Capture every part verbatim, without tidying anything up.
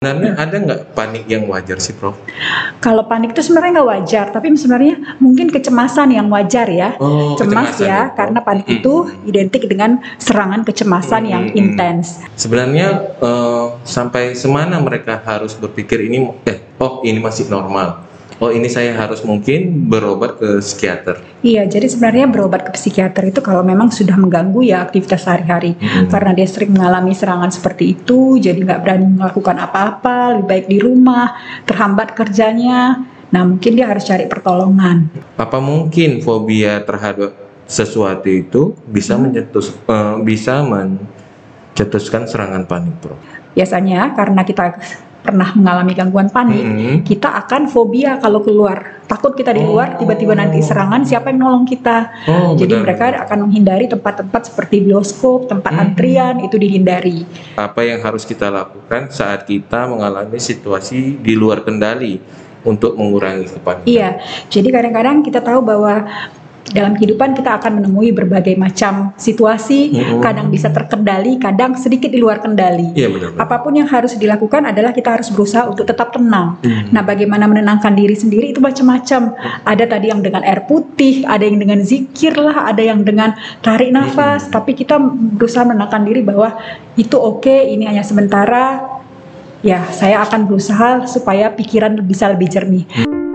Sebenarnya ada nggak panik yang wajar sih, Prof? Kalau panik itu sebenarnya nggak wajar, tapi sebenarnya mungkin kecemasan yang wajar ya. Oh, Cemas kecemasan ya, ya, Prof. karena panik Mm-mm. itu identik dengan serangan kecemasan yang Mm-mm. intens. Sebenarnya eh, sampai semana mereka harus berpikir ini, eh, oh ini masih normal. Oh ini saya harus mungkin berobat ke psikiater. Iya, jadi sebenarnya berobat ke psikiater itu kalau memang sudah mengganggu ya aktivitas sehari-hari. Mm-mm. Karena dia sering mengalami serangan seperti itu, jadi nggak berani melakukan apa-apa, lebih baik di rumah, terhambat kerjanya. Nah, mungkin dia harus cari pertolongan. Apa mungkin fobia terhadap sesuatu itu bisa mencetus, eh, bisa mencetuskan serangan panik, Prof? Biasanya karena kita pernah mengalami gangguan panik, Mm-mm. kita akan fobia kalau keluar. Takut kita di luar, tiba-tiba nanti serangan, siapa yang nolong kita? Oh, Jadi benar, mereka benar. akan menghindari tempat-tempat seperti bioskop, tempat Hmm. antrian, itu dihindari. Apa yang harus kita lakukan saat kita mengalami situasi di luar kendali untuk mengurangi kepanikan? Iya, jadi kadang-kadang kita tahu bahwa dalam kehidupan kita akan menemui berbagai macam situasi, Mm-mm. kadang bisa terkendali, kadang sedikit di luar kendali. Iya, benar-benar. Apapun yang harus dilakukan adalah kita harus berusaha untuk tetap tenang. Hmm. Nah, bagaimana menenangkan diri sendiri itu macam-macam. Ada tadi yang dengan air putih, ada yang dengan zikir lah, ada yang dengan tarik nafas. Hmm. Tapi kita berusaha menenangkan diri bahwa itu oke, ini hanya sementara. Ya, saya akan berusaha supaya pikiran bisa lebih jernih.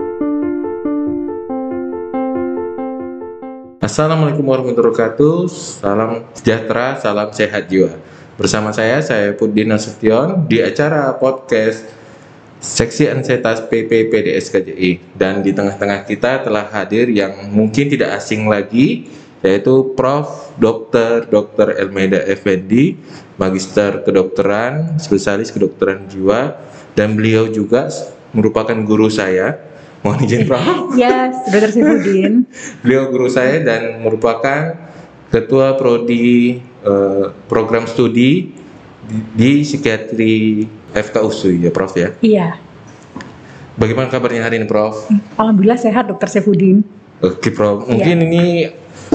Assalamualaikum warahmatullahi wabarakatuh. Salam sejahtera, salam sehat jiwa. Bersama saya, saya Puddin Nasution di acara podcast Seksi Ansietas P P P D S K J I. Dan di tengah-tengah kita telah hadir yang mungkin tidak asing lagi, yaitu Prof Dokter Dokter Elmeda Effendi, Magister Kedokteran, Spesialis Kedokteran Jiwa, dan beliau juga merupakan guru saya. Mohon izin, Prof. Ya, Dokter Saifuddin. Beliau guru saya dan merupakan ketua prodi eh, program studi di, di psikiatri F K U S U ya, Prof ya. Iya, Bagaimana kabarnya hari ini, Prof? alhamdulillah sehat Dokter Saifuddin. Oke, Prof. Mungkin ini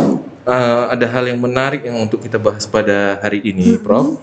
eh, ada hal yang menarik yang untuk kita bahas pada hari ini, Prof.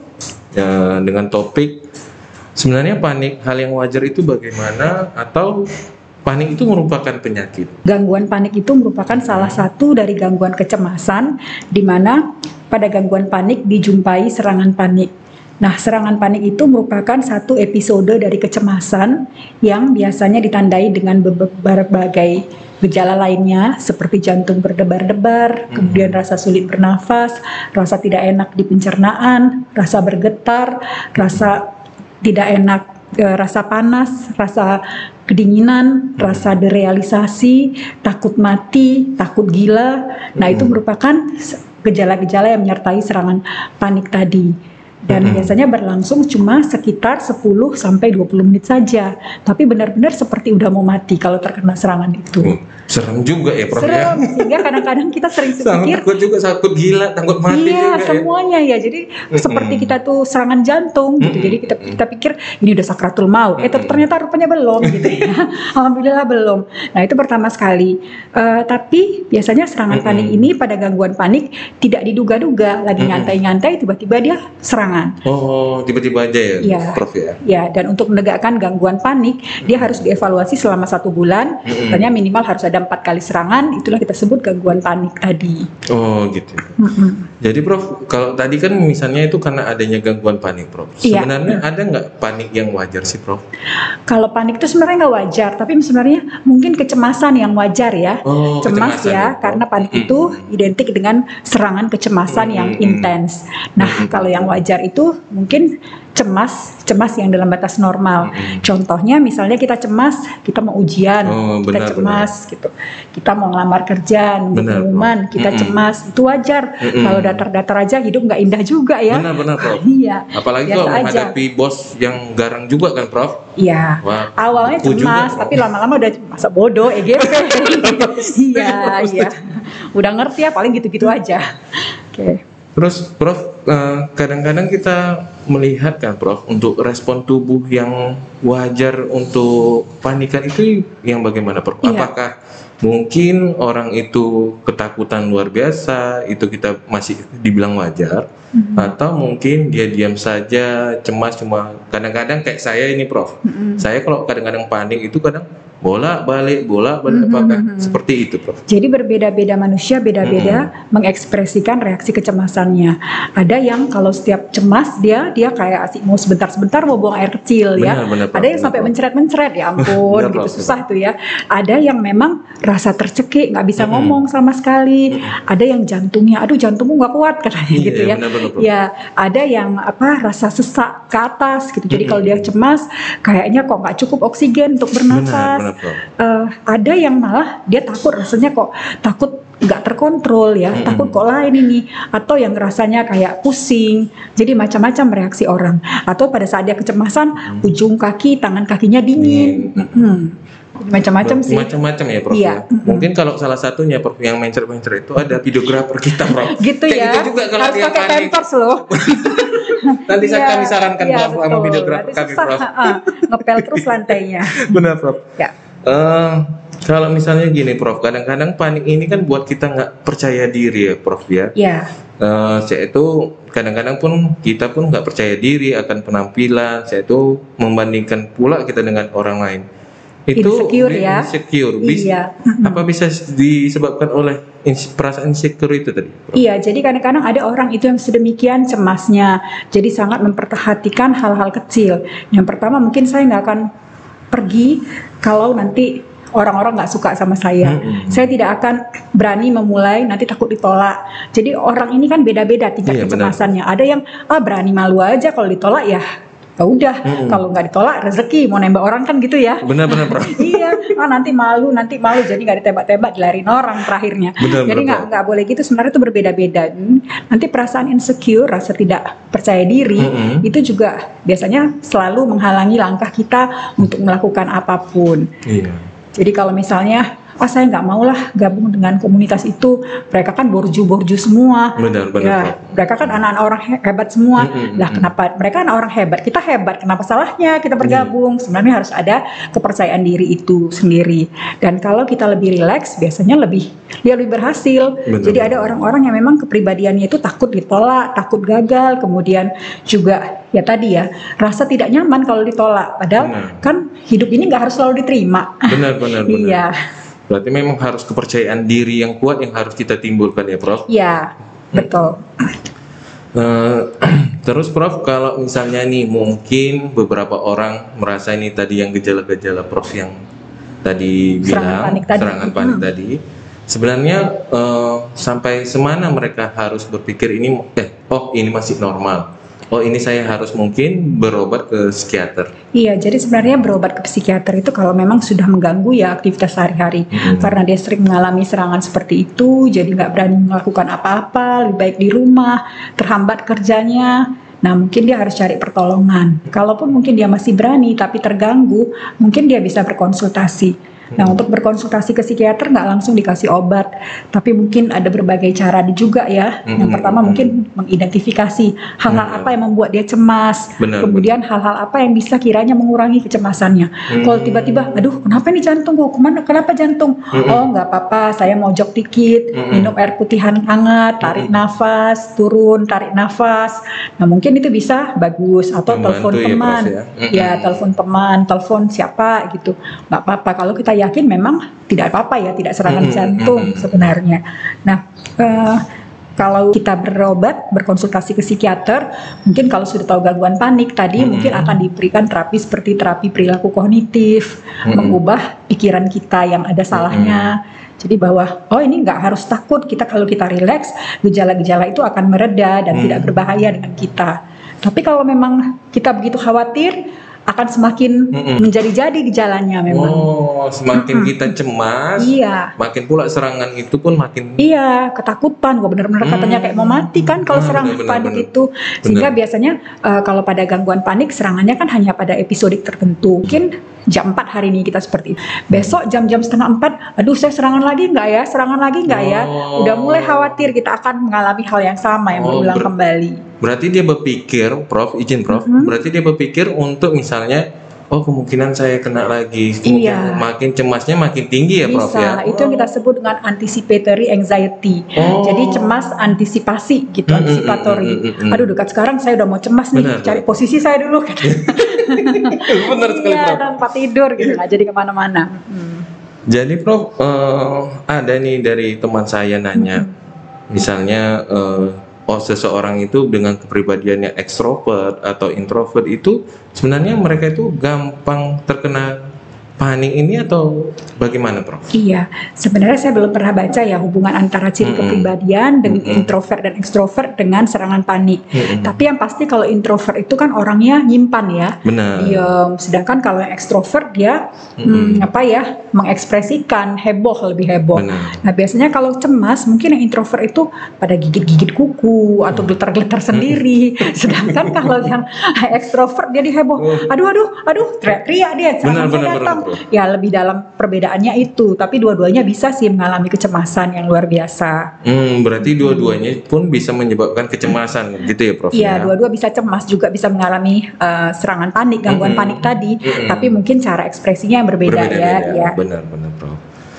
Ya, dengan topik sebenarnya panik hal yang wajar itu bagaimana, atau panik itu merupakan penyakit? Gangguan panik itu merupakan salah satu dari gangguan kecemasan, di mana pada gangguan panik dijumpai serangan panik. Nah, serangan panik itu merupakan satu episode dari kecemasan yang biasanya ditandai dengan berbagai gejala lainnya seperti jantung berdebar-debar, kemudian rasa sulit bernafas, rasa tidak enak di pencernaan, rasa bergetar, rasa tidak enak, e, rasa panas, rasa kedinginan, rasa derealisasi, takut mati, takut gila. Nah, itu merupakan gejala-gejala yang menyertai serangan panik tadi. Dan Hmm. biasanya berlangsung cuma sekitar sepuluh sampai dua puluh menit saja. Tapi benar-benar seperti udah mau mati kalau terkena serangan itu. Oh, serem juga ya, Prof ya. Serem, sehingga kadang-kadang kita sering Sangat berpikir, takut juga, takut gila, takut mati iya, juga semuanya ya. Jadi seperti kita tuh serangan jantung gitu. Mm-mm. Jadi kita kita pikir ini udah sakratul maut. Eh Mm-mm. ternyata rupanya belum gitu ya. Alhamdulillah belum. Nah, itu pertama sekali. Eh, tapi biasanya serangan Mm-mm. panik ini pada gangguan panik tidak diduga-duga. Lagi Mm-mm. nyantai-nyantai tiba-tiba dia serangan. Oh, tiba-tiba aja ya, Iya. Prof ya. Ya, dan untuk menegakkan gangguan panik, dia harus dievaluasi selama satu bulan. Mm-mm. Misalnya minimal harus ada empat kali serangan. Itulah kita sebut gangguan panik tadi. Oh, gitu. Mm-mm. Jadi, Prof, kalau tadi kan misalnya itu karena adanya gangguan panik, Prof. Iya. Sebenarnya ada nggak panik yang wajar sih, Prof? Kalau panik itu sebenarnya nggak wajar, tapi sebenarnya mungkin kecemasan yang wajar ya. Oh, Cemas kecemasan ya, Prof. karena panik Mm-mm. itu identik dengan serangan kecemasan yang Mm-mm. intens. Nah, Mm-mm. kalau yang wajar itu mungkin cemas, cemas yang dalam batas normal. Mm-mm. Contohnya misalnya kita cemas, kita mau ujian, Oh, kita benar, cemas gitu. Kita mau ngelamar kerja, nunggu Benar, pengumuman, Prof. kita Mm-mm. cemas. Itu wajar. Mm-mm. Kalau datar-datar aja hidup nggak indah juga ya. Benar-benar, Prof. Iya. Apalagi biasa kalau aja. menghadapi bos yang garang juga kan, Prof? Iya. Wah, Awalnya beku juga, cemas, Prof. tapi lama-lama udah masa bodoh, E G P. Iya, iya. Udah ngerti ya, paling gitu-gitu aja. Oke. Terus, Prof, eh, kadang-kadang kita melihat kan, Prof, untuk respon tubuh yang wajar untuk panikan itu yang bagaimana, Prof? Iya. Apakah mungkin orang itu ketakutan luar biasa, itu kita masih dibilang wajar. Mm-hmm. Atau mungkin dia diam saja, cemas cuma kadang-kadang kayak saya ini Prof. Mm-hmm. Saya kalau kadang-kadang panik itu kadang bola balik bola balik mm-hmm. apakah seperti itu Prof? Jadi berbeda-beda manusia beda-beda mm-hmm. mengekspresikan reaksi kecemasannya. Ada yang kalau setiap cemas dia dia kayak asik mau sebentar-sebentar mau buang air kecil benar, ya. Benar, Prof, ada yang benar, sampai mencret-mencret ya ampun benar, gitu Prof, susah benar. Tuh ya. Ada yang memang rasa tercekik nggak bisa mm-hmm. ngomong sama sekali. Mm-hmm. Ada yang jantungnya aduh jantungmu nggak kuat katanya iya, gitu ya. Benar, benar, ya ada yang apa rasa sesak ke atas gitu. Jadi mm-hmm. kalau dia cemas kayaknya kok nggak cukup oksigen untuk bernafas. Uh, ada yang malah dia takut rasanya kok takut nggak terkontrol ya mm-hmm. takut kok lain ini atau yang rasanya kayak pusing jadi macam-macam reaksi orang atau pada saat dia kecemasan mm-hmm. ujung kaki tangan kakinya dingin mm-hmm. macam-macam sih macam-macam ya Prof iya. ya? Mungkin kalau salah satunya Prof yang mencret-mencret itu ada videografer kita Prof gitu ya gitu juga kalau harus pakai pampers loh nanti ya, kami sarankan ya, Prof sama videografer kami Prof uh, ngepel terus lantainya benar Prof ya. Uh, kalau misalnya gini Prof, kadang-kadang panik ini kan buat kita nggak percaya diri ya Prof ya. Iya. Uh, saya itu kadang-kadang pun kita pun nggak percaya diri akan penampilan. Saya itu membandingkan pula kita dengan orang lain. Itu insecure ya. Insecure. Bis, iya. Apa bisa disebabkan oleh perasaan insecure itu tadi? Prof? Iya, jadi kadang-kadang ada orang itu yang sedemikian cemasnya, jadi sangat memperhatikan hal-hal kecil. Yang pertama mungkin saya nggak akan pergi kalau nanti orang-orang nggak suka sama saya. Mm-hmm. Saya tidak akan berani memulai nanti takut ditolak. Jadi orang ini kan beda-beda tingkat iya, kecemasannya. Benar. Ada yang ah berani malu aja kalau ditolak ya. Ya udah, mm-hmm. kalau nggak ditolak rezeki mau nembak orang kan gitu ya. Benar-benar Prof. Iya, ah nanti malu, nanti malu jadi nggak ditembak-tembak, dilarin orang terakhirnya. Benar, jadi nggak nggak boleh gitu. Sebenarnya itu berbeda-beda. Nanti perasaan insecure, rasa tidak percaya diri mm-hmm. itu juga biasanya selalu menghalangi langkah kita untuk melakukan apapun. Iya. Jadi kalau misalnya oh saya nggak mau lah gabung dengan komunitas itu, mereka kan borju-borju semua. Benar, benar. Ya, mereka kan anak-anak orang hebat semua. Mm-hmm. Lah kenapa mereka anak orang hebat, kita hebat, kenapa salahnya kita bergabung? Mm. Sebenarnya harus ada kepercayaan diri itu sendiri. Dan kalau kita lebih rileks, biasanya lebih dia lebih berhasil. Benar, Jadi benar. Ada orang-orang yang memang kepribadiannya itu takut ditolak, takut gagal, kemudian juga ya tadi ya rasa tidak nyaman kalau ditolak. Padahal benar. Kan hidup ini nggak harus selalu diterima. Benar, benar, benar. Iya. Berarti memang harus kepercayaan diri yang kuat yang harus kita timbulkan ya Prof? Iya, betul. Uh, terus Prof, kalau misalnya nih mungkin beberapa orang merasa ini tadi yang gejala-gejala Prof yang tadi serangan bilang, panik tadi. serangan panik hmm. tadi. Sebenarnya uh, sampai semana mereka harus berpikir ini, eh, oh ini masih normal. Oh ini saya harus mungkin berobat ke psikiater. Iya, jadi sebenarnya berobat ke psikiater itu kalau memang sudah mengganggu ya aktivitas sehari-hari. Hmm. Karena dia sering mengalami serangan seperti itu, jadi nggak berani melakukan apa-apa, lebih baik di rumah, terhambat kerjanya. Nah mungkin dia harus cari pertolongan. Kalaupun mungkin dia masih berani tapi terganggu, mungkin dia bisa berkonsultasi. Nah untuk berkonsultasi ke psikiater nggak langsung dikasih obat, tapi mungkin ada berbagai cara juga ya. Mm-hmm. Yang pertama mungkin mengidentifikasi hal-hal mm-hmm. apa yang membuat dia cemas, benar, kemudian benar. hal-hal apa yang bisa kiranya mengurangi kecemasannya. Mm-hmm. Kalau tiba-tiba, aduh kenapa nih jantungku, kemana, kenapa jantung? Mm-hmm. Oh nggak apa-apa, saya mau jog dikit, mm-hmm. minum air putihan hangat, tarik mm-hmm. nafas, turun, tarik nafas. Nah mungkin itu bisa bagus, atau telepon ya, teman, ya, mm-hmm. ya telepon teman, telepon siapa gitu, nggak apa-apa. Kalau kita yakin memang tidak apa-apa ya, tidak serangan mm-hmm. jantung sebenarnya. Nah, uh, kalau kita berobat, berkonsultasi ke psikiater, mungkin kalau sudah tahu gangguan panik tadi, mm-hmm. mungkin akan diberikan terapi seperti terapi perilaku kognitif, mm-hmm. mengubah pikiran kita yang ada salahnya. Mm-hmm. Jadi bahwa, oh ini nggak harus takut, kita kalau kita rileks, gejala-gejala itu akan mereda dan mm-hmm. tidak berbahaya dengan kita. Tapi kalau memang kita begitu khawatir, akan semakin mm-mm. menjadi-jadi gejalanya memang. Oh, semakin mm-mm. kita cemas, iya. makin pula serangan itu pun makin. Iya, ketakutan. Gue benar-benar mm. katanya kayak mau mati kan kalau mm, serangan bener, panik bener. itu. Sehingga bener. biasanya uh, kalau pada gangguan panik serangannya kan hanya pada episodik tertentu. Mungkin jam empat hari ini kita seperti itu. Besok jam-jam setengah empat, aduh saya serangan lagi nggak ya? Serangan lagi nggak oh. ya? Udah mulai khawatir kita akan mengalami hal yang sama yang oh, berulang ber- kembali. Berarti dia berpikir, Prof, izin Prof, mm-hmm. berarti dia berpikir untuk misalnya, oh kemungkinan saya kena lagi, kemungkinan Iya. makin cemasnya makin tinggi ya Prof Bisa, ya. itu yang kita sebut dengan anticipatory anxiety. Oh. Jadi cemas antisipasi gitu, Mm, mm, antisipatory. mm, mm, mm, mm. Aduh dekat sekarang saya udah mau cemas nih, Benar, cari benar. posisi saya dulu. Benar sekali Iya, Prof. tanpa tidur gitu, nggak jadi kemana-mana. Hmm. Jadi Prof, eh, ada nih dari teman saya nanya, misalnya eh, oh seseorang itu dengan kepribadian yang ekstrovert atau introvert itu sebenarnya mereka itu gampang terkena panik ini atau bagaimana Prof? Iya, sebenarnya saya belum pernah baca ya hubungan antara ciri Mm-mm. kepribadian dengan Mm-mm. introvert dan ekstrovert dengan serangan panik. Mm-mm. Tapi yang pasti kalau introvert itu kan orangnya nyimpan ya, Benar. diam. Sedangkan kalau yang ekstrovert dia Mm-mm. hmm, apa ya, mengekspresikan, heboh, lebih heboh. Benar. Nah biasanya kalau cemas mungkin yang introvert itu pada gigit-gigit kuku atau geletar-geletar sendiri. Sedangkan kalau yang ekstrovert dia diheboh, aduh aduh aduh teriak-teriak dia, Benar, serangan benar, saya benar, datang. benar. Ya lebih dalam perbedaannya itu, tapi dua-duanya bisa sih mengalami kecemasan yang luar biasa. Hmm, berarti dua-duanya pun bisa menyebabkan kecemasan gitu ya Prof? Iya, ya? dua-dua bisa cemas, juga bisa mengalami uh, serangan panik, gangguan Mm-mm. panik tadi, Mm-mm. tapi mungkin cara ekspresinya yang berbeda, ya. Berbeda-beda. Ya. Benar-benar Prof.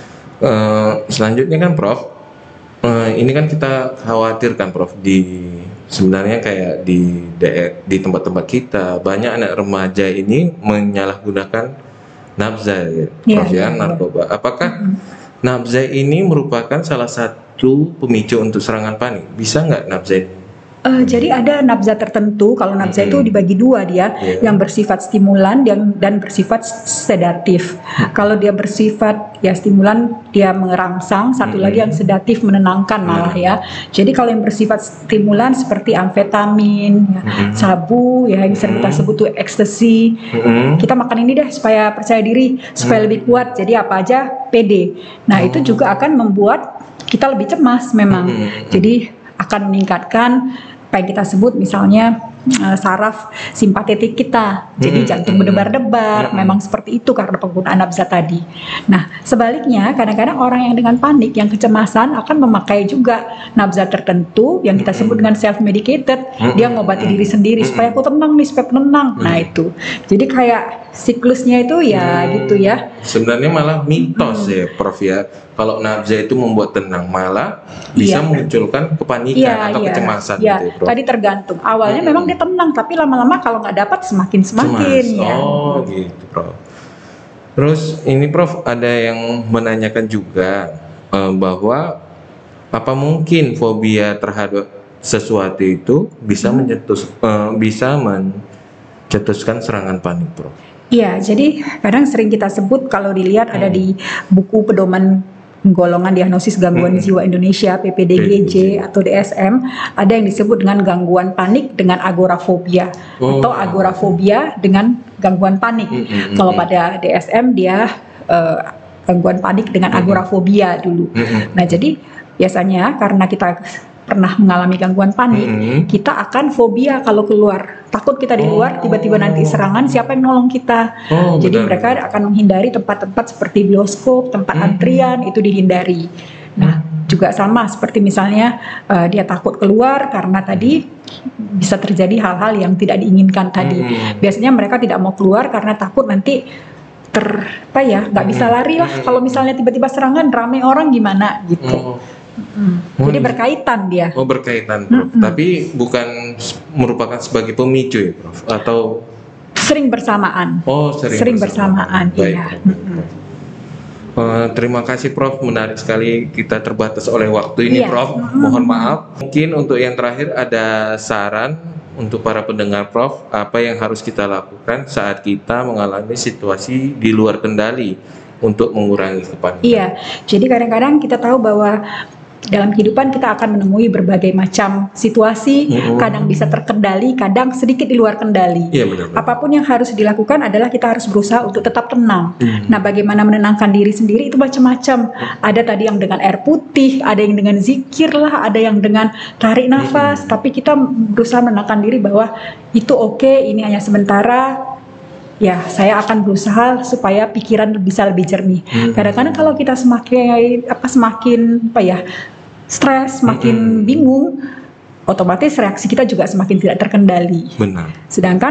Eh, selanjutnya kan Prof, eh, ini kan kita khawatirkan Prof di sebenarnya kayak di daer- di tempat-tempat kita banyak anak remaja ini menyalahgunakan nafza ya, Iya, Prof iya, ya, iya. narkoba. Apakah Mm-mm. nafza ini merupakan salah satu pemicu untuk serangan panik? Bisa nggak nafza ini? Uh, jadi ada nafza tertentu, kalau nafza Mm-mm. itu dibagi dua dia, Iya. yang bersifat stimulan dan, dan bersifat sedatif. Kalau dia bersifat ya stimulan dia merangsang, satu Mm-mm. lagi yang sedatif menenangkan malah ya. Jadi kalau yang bersifat stimulan seperti amfetamin, ya, Mm-mm. sabu, ya yang sering kita Mm-mm. sebut tuh ekstasi. Mm-mm. Kita makan ini deh supaya percaya diri, supaya lebih kuat. Jadi apa aja pede. Nah itu juga akan membuat kita lebih cemas memang. Mm-mm. Jadi akan meningkatkan apa yang kita sebut misalnya uh, saraf simpatetik kita, jadi Hmm, jantung hmm, berdebar-debar, hmm. memang seperti itu karena penggunaan nafza tadi. Nah sebaliknya kadang-kadang orang yang dengan panik, yang kecemasan akan memakai juga nafza tertentu yang kita sebut dengan self medicated, Hmm, dia ngobati hmm, diri sendiri hmm. supaya aku tenang nih, supaya tenang. Nah Hmm. itu, jadi kayak siklusnya itu ya Hmm. gitu ya. Sebenarnya malah mitos ya Prof ya. Kalau nafza itu membuat tenang, malah bisa Iya. memunculkan kepanikan atau kecemasan iya. gitu ya Prof. Tadi tergantung. Awalnya Mm-mm. memang dia tenang, tapi lama-lama kalau nggak dapat semakin semakin Cemas. ya. Oh gitu Prof. Terus ini Prof ada yang menanyakan juga eh, bahwa apa mungkin fobia terhadap sesuatu itu bisa Hmm. mencetus eh, bisa mencetuskan serangan panik Prof. Iya, jadi kadang sering kita sebut kalau dilihat ada di buku pedoman golongan diagnosis gangguan Hmm. jiwa Indonesia P P D G J atau D S M, ada yang disebut dengan gangguan panik dengan agorafobia Oh. atau agorafobia dengan gangguan panik. Hmm, hmm, hmm, Kalau hmm. pada D S M dia eh, gangguan panik dengan Hmm. agorafobia dulu. Mm-mm. Nah, jadi biasanya karena kita pernah mengalami gangguan panik, Mm-mm. kita akan fobia kalau keluar. Takut kita di luar, Oh. tiba-tiba nanti serangan, siapa yang nolong kita? Oh, Jadi benar. mereka akan menghindari tempat-tempat seperti bioskop, tempat Hmm. antrian, itu dihindari. Nah, juga sama seperti misalnya eh, dia takut keluar karena tadi bisa terjadi hal-hal yang tidak diinginkan tadi. Hmm. Biasanya mereka tidak mau keluar karena takut nanti ter apa ya, nggak bisa Hmm. lari lah. Hmm. Kalau misalnya tiba-tiba serangan, rame orang gimana gitu. Oh. Mm. Oh, Jadi gitu. berkaitan dia. Oh berkaitan Prof. Mm-mm. Tapi bukan s- merupakan sebagai pemicu ya Prof. Atau Sering bersamaan. oh sering, Sering bersamaan, Baik, iya. Prof. Mm-mm. Eh, terima kasih Prof. Menarik sekali, kita terbatas oleh waktu ini Iya. Prof. Mm-mm. Mohon maaf. Mungkin untuk yang terakhir ada saran untuk para pendengar Prof. Apa yang harus kita lakukan saat kita mengalami situasi di luar kendali untuk mengurangi kepanikan. Iya, jadi kadang-kadang kita tahu bahwa dalam kehidupan kita akan menemui berbagai macam situasi, Mm-mm. kadang bisa terkendali, kadang sedikit di luar kendali. Iya benar. Apapun yang harus dilakukan adalah kita harus berusaha untuk tetap tenang. Hmm. Nah, bagaimana menenangkan diri sendiri itu macam-macam. Ada tadi yang dengan air putih, ada yang dengan zikir lah, ada yang dengan tarik nafas. Hmm. Tapi kita berusaha menenangkan diri bahwa itu oke, ini hanya sementara. Ya, saya akan berusaha supaya pikiran bisa lebih jernih. Hmm. Kadang-kadang kalau kita semakin apa semakin apa ya stres, semakin Hmm. bingung, otomatis reaksi kita juga semakin tidak terkendali. Benar. Sedangkan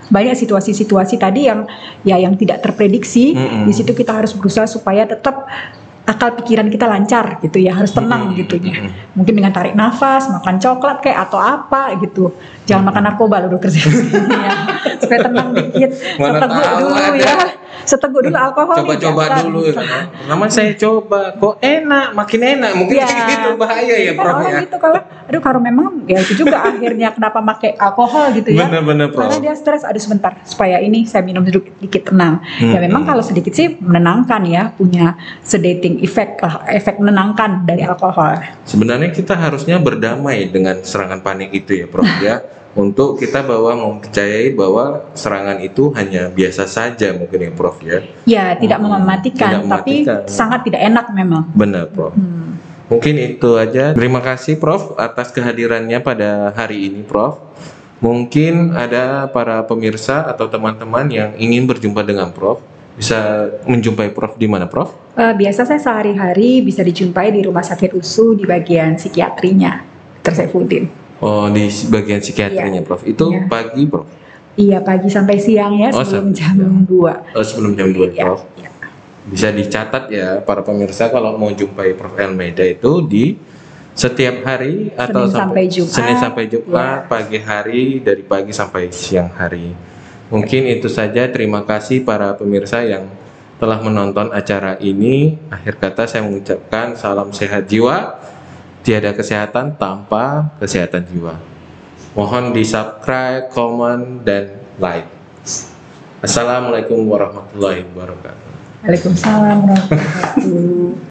banyak situasi-situasi tadi yang ya yang tidak terprediksi. Mm-mm. Di situ kita harus berusaha supaya tetap akal pikiran kita lancar gitu ya, harus tenang Mm-mm. gitu ya. Mm-mm. Mungkin dengan tarik nafas, makan coklat kayak atau apa gitu. Jangan makan narkoba lo dokter ya. Supaya tenang dikit. Mana Seteguk tahu dulu ada. ya. Seteguk dulu alkohol. nih, Coba-coba jangan. dulu. Nama saya coba, kok enak, makin enak. Mungkin Ya. kayak gitu bahaya ya, Kan Prof orang ya. gitu kalau aduh kalau memang ya itu juga akhirnya kenapa pakai alkohol gitu ya. Bener-bener, Prof. Karena dia stres, aduh sebentar supaya ini saya minum sedikit, sedikit tenang. Ya Hmm. memang kalau sedikit sih menenangkan ya, punya sedating effect lah, efek menenangkan dari alkohol. Sebenarnya kita harusnya berdamai dengan serangan panik itu ya, Prof ya. Untuk kita bahwa mempercayai bahwa serangan itu hanya biasa saja mungkin ya, Prof ya. Ya tidak Hmm, mematikan, tidak tapi mematikan. sangat tidak enak memang. Benar, Prof. Hmm. Mungkin itu aja. Terima kasih, Prof, atas kehadirannya pada hari ini, Prof. Mungkin ada para pemirsa atau teman-teman yang ingin berjumpa dengan Prof. Bisa menjumpai Prof di mana, Prof? Eh, biasa saya sehari-hari bisa dijumpai di Rumah Sakit U S U di bagian psikiatrinya, dokter Saifuddin. Oh, di bagian psikiatrinya, Iya. Prof. Itu Iya. pagi, Prof. Iya pagi sampai siang ya Oh, sebelum sampai jam siang. dua. Oh, sebelum jam dua, Iya, Prof. iya. Bisa dicatat ya para pemirsa kalau mau jumpai Prof Elmeda itu di setiap hari atau Senin sampai Jumat. Senin sampai Jumat, Ya. pagi hari, dari pagi sampai siang hari. Mungkin itu saja. Terima kasih para pemirsa yang telah menonton acara ini. Akhir kata saya mengucapkan salam sehat jiwa. Tiada kesehatan tanpa kesehatan jiwa. Mohon di subscribe, comment, dan like. Assalamualaikum warahmatullahi wabarakatuh. Waalaikumsalam warahmatullahi wabarakatuh.